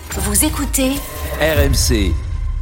Vous écoutez RMC.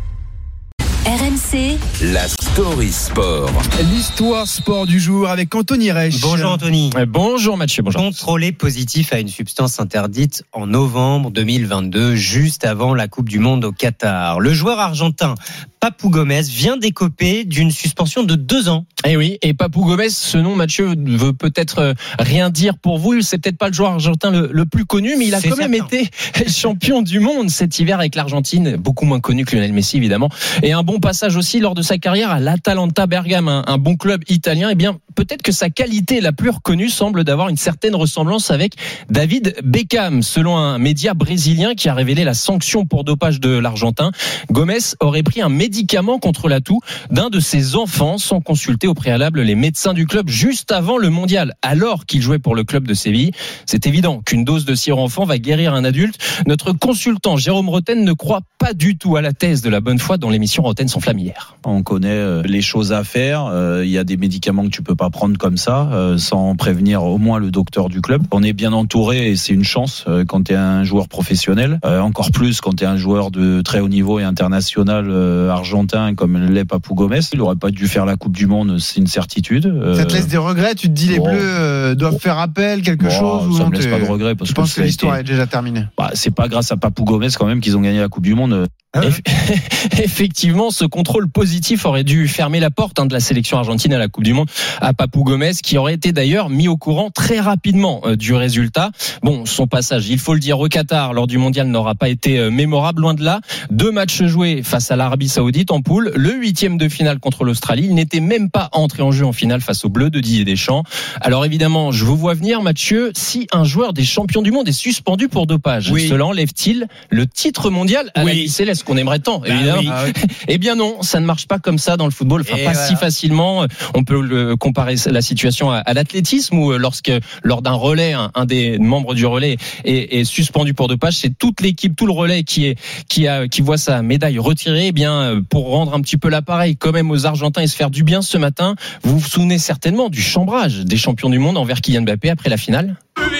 RMC, La story sport. L'histoire sport du jour avec Anthony Reich. Bonjour Anthony. Bonjour Mathieu. Bonjour. Contrôlé positif à une substance interdite en novembre 2022, juste avant la Coupe du Monde au Qatar. Le joueur argentin Papu Gómez vient d'écoper d'une suspension de 2 ans. Et oui, et Papu Gómez, ce nom, Mathieu, ne veut peut-être rien dire pour vous. C'est peut-être pas le joueur argentin le plus connu, mais il a quand même été champion du monde cet hiver avec l'Argentine, beaucoup moins connu que Lionel Messi évidemment. Et un bon passage aussi lors de sa carrière à l'Atalanta Bergame, un bon club italien. Eh bien, peut-être que sa qualité la plus reconnue semble d'avoir une certaine ressemblance avec David Beckham. Selon un média brésilien qui a révélé la sanction pour dopage de l'Argentin, Gómez aurait pris un médicament contre la toux d'un de ses enfants sans consulter au préalable les médecins du club juste avant le mondial, alors qu'il jouait pour le club de Séville. C'est évident qu'une dose de sirop enfant va guérir un adulte. Notre consultant Jérôme Roten ne croit pas du tout à la thèse de la bonne foi dans l'émission Roten s'enflamme hier. On connaît les choses à faire. Il y a des médicaments que tu peux pas prendre comme ça sans prévenir au moins le docteur du club. On est bien entouré et c'est une chance quand tu es un joueur professionnel. Encore plus quand tu es un joueur de très haut niveau et international argentin comme l'est Papu Gómez. Il aurait pas dû faire la Coupe du Monde, c'est une certitude. Ça te laisse des regrets? Tu te dis les Bleus doivent faire appel, quelque chose? Ça me laisse pas de regrets parce je pense que l'histoire est déjà terminée. C'est pas grâce à Papu Gómez quand même qu'ils ont gagné la Coupe du Monde. Effectivement, ce contrôle positif aurait dû fermer la porte de la sélection argentine à la Coupe du Monde à Papu Gómez, qui aurait été d'ailleurs mis au courant très rapidement du résultat. Bon, son passage, il faut le dire, au Qatar lors du mondial n'aura pas été mémorable, loin de là. 2 matchs joués face à l'Arabie Saoudite en poule, le 8e de finale contre l'Australie. Il n'était même pas entré en jeu en finale face aux Bleus de Didier Deschamps. Alors évidemment, je vous vois venir, Mathieu, si un joueur des champions du monde est suspendu pour dopage, cela enlève-t-il le titre mondial à la vie céleste qu'on aimerait tant, évidemment? Eh bien non, ça ne marche pas comme ça dans le football, si facilement. On peut comparer la situation à l'athlétisme où lors d'un relais, un des membres du relais est suspendu pour dopage, c'est toute l'équipe, tout le relais qui voit sa médaille retirée. Eh bien, pour rendre un petit peu l'appareil quand même aux Argentins et se faire du bien ce matin, vous vous souvenez certainement du chambrage des champions du monde envers Kylian Mbappé après la finale.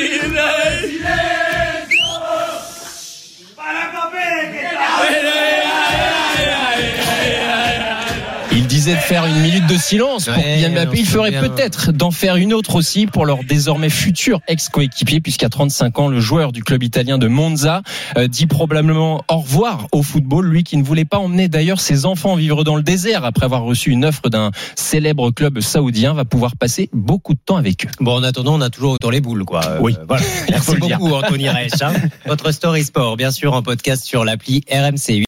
Il disait de faire une minute de silence pour Kylian Mbappé. Il ferait peut-être d'en faire une autre aussi pour leur désormais futur ex-coéquipier, puisqu'à 35 ans, le joueur du club italien de Monza dit probablement au revoir au football. Lui qui ne voulait pas emmener d'ailleurs ses enfants vivre dans le désert après avoir reçu une offre d'un célèbre club saoudien, va pouvoir passer beaucoup de temps avec eux. Bon, en attendant, on a toujours autant les boules, quoi. Voilà. Merci beaucoup, Anthony Reich. Votre story sport, bien sûr, en podcast sur l'appli RMC.